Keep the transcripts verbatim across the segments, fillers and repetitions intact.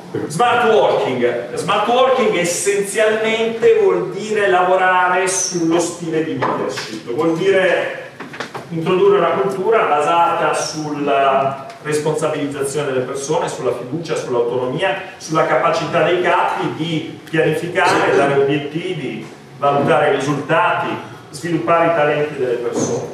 Smart working. Smart working essenzialmente vuol dire lavorare sullo stile di leadership, vuol dire introdurre una cultura basata sulla responsabilizzazione delle persone, sulla fiducia, sull'autonomia, sulla capacità dei capi di pianificare, dare obiettivi, valutare i risultati, sviluppare i talenti delle persone.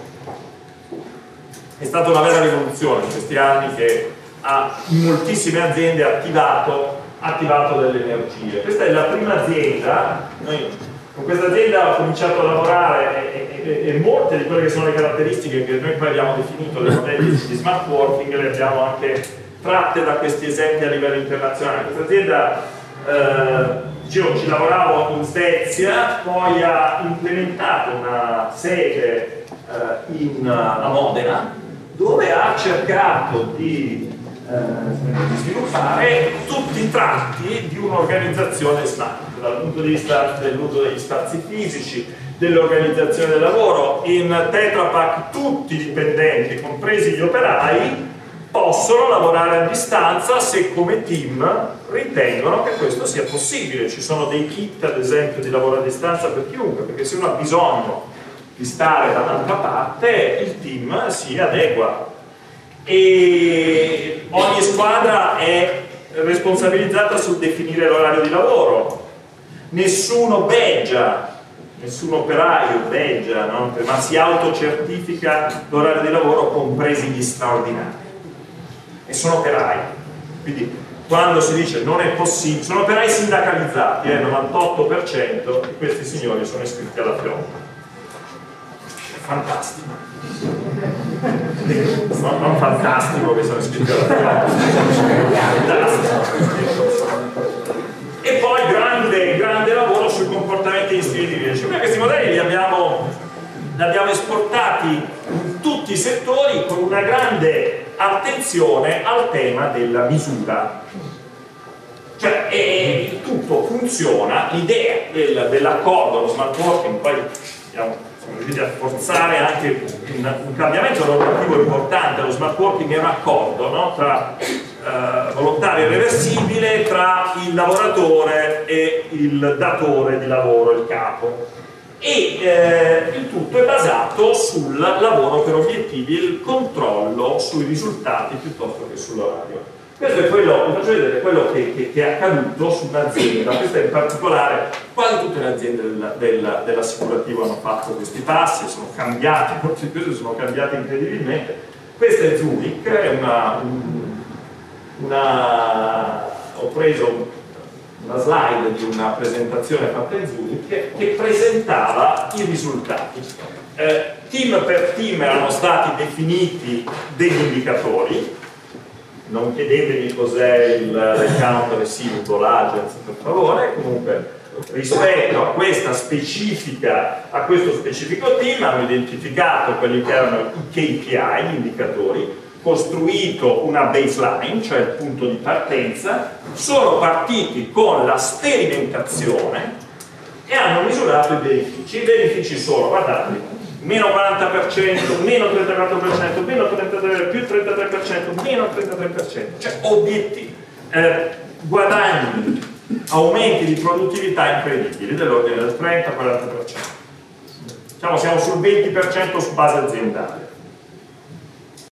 È stata una vera rivoluzione in questi anni che ha in moltissime aziende attivato, attivato delle energie. Questa è la prima azienda. Noi con questa azienda ho cominciato a lavorare e, e, e molte di quelle che sono le caratteristiche che noi poi abbiamo definito le modelli di smart working le abbiamo anche tratte da questi esempi a livello internazionale. Questa azienda eh, dicevo, ci lavoravo in Svezia, poi ha implementato una sede eh, in, a Modena, dove ha cercato di, eh, di sviluppare tutti i tratti di un'organizzazione smart, dal punto di vista dell'uso degli spazi fisici, dell'organizzazione del lavoro. In Tetra Pak tutti i dipendenti, compresi gli operai, possono lavorare a distanza se come team ritengono che questo sia possibile. Ci sono dei kit, ad esempio, di lavoro a distanza per chiunque, perché se uno ha bisogno di stare da un'altra parte, il team si adegua. E ogni squadra è responsabilizzata sul definire l'orario di lavoro. Nessuno beggia, nessun operaio beggia, no? Ma si autocertifica l'orario di lavoro, compresi gli straordinari. E sono operai. Quindi quando si dice non è possibile, sono operai sindacalizzati, il eh, novantotto per cento di questi signori sono iscritti alla FIOM. Fantastico. No, non fantastico che sono iscritti alla FIOM. Fantastico. E poi grande, grande lavoro sui comportamenti e gli stili di leadership. Noi questi modelli li abbiamo, li abbiamo esportati in tutti i settori con una grande attenzione al tema della misura. Cioè e, tutto funziona, l'idea del, dell'accordo, lo smart working, poi siamo, siamo riusciti a forzare anche un, un cambiamento normativo importante. Lo smart working è un accordo, no? Tra Uh, volontario irreversibile tra il lavoratore e il datore di lavoro, il capo, e eh, il tutto è basato sul lavoro per obiettivi e il controllo sui risultati piuttosto che sull'orario. Questo è quello, vi faccio vedere quello che, che, che è accaduto su un'azienda. Questa in particolare, quasi tutte le aziende del, del, dell'assicurativo hanno fatto questi passi, sono cambiati, molte cose sono cambiate incredibilmente. Questa è Zurich, è una, un, Una, ho preso una slide di una presentazione fatta in Zurich che, che presentava i risultati. Eh, team per team erano stati definiti degli indicatori. Non chiedetemi cos'è il account receivable agents, per favore. Comunque, rispetto a questa specifica, a questo specifico team hanno identificato quelli che erano i K P I, gli indicatori, costruito una baseline, cioè il punto di partenza, sono partiti con la sperimentazione e hanno misurato i benefici. I benefici sono, guardate, meno quaranta per cento, meno trentaquattro per cento, meno trentatré per cento, più trentatré per cento, meno trentatré per cento, cioè obiettivi, eh, guadagni, aumenti di produttività incredibili dell'ordine del trenta quaranta per cento. Diciamo siamo sul venti per cento su base aziendale.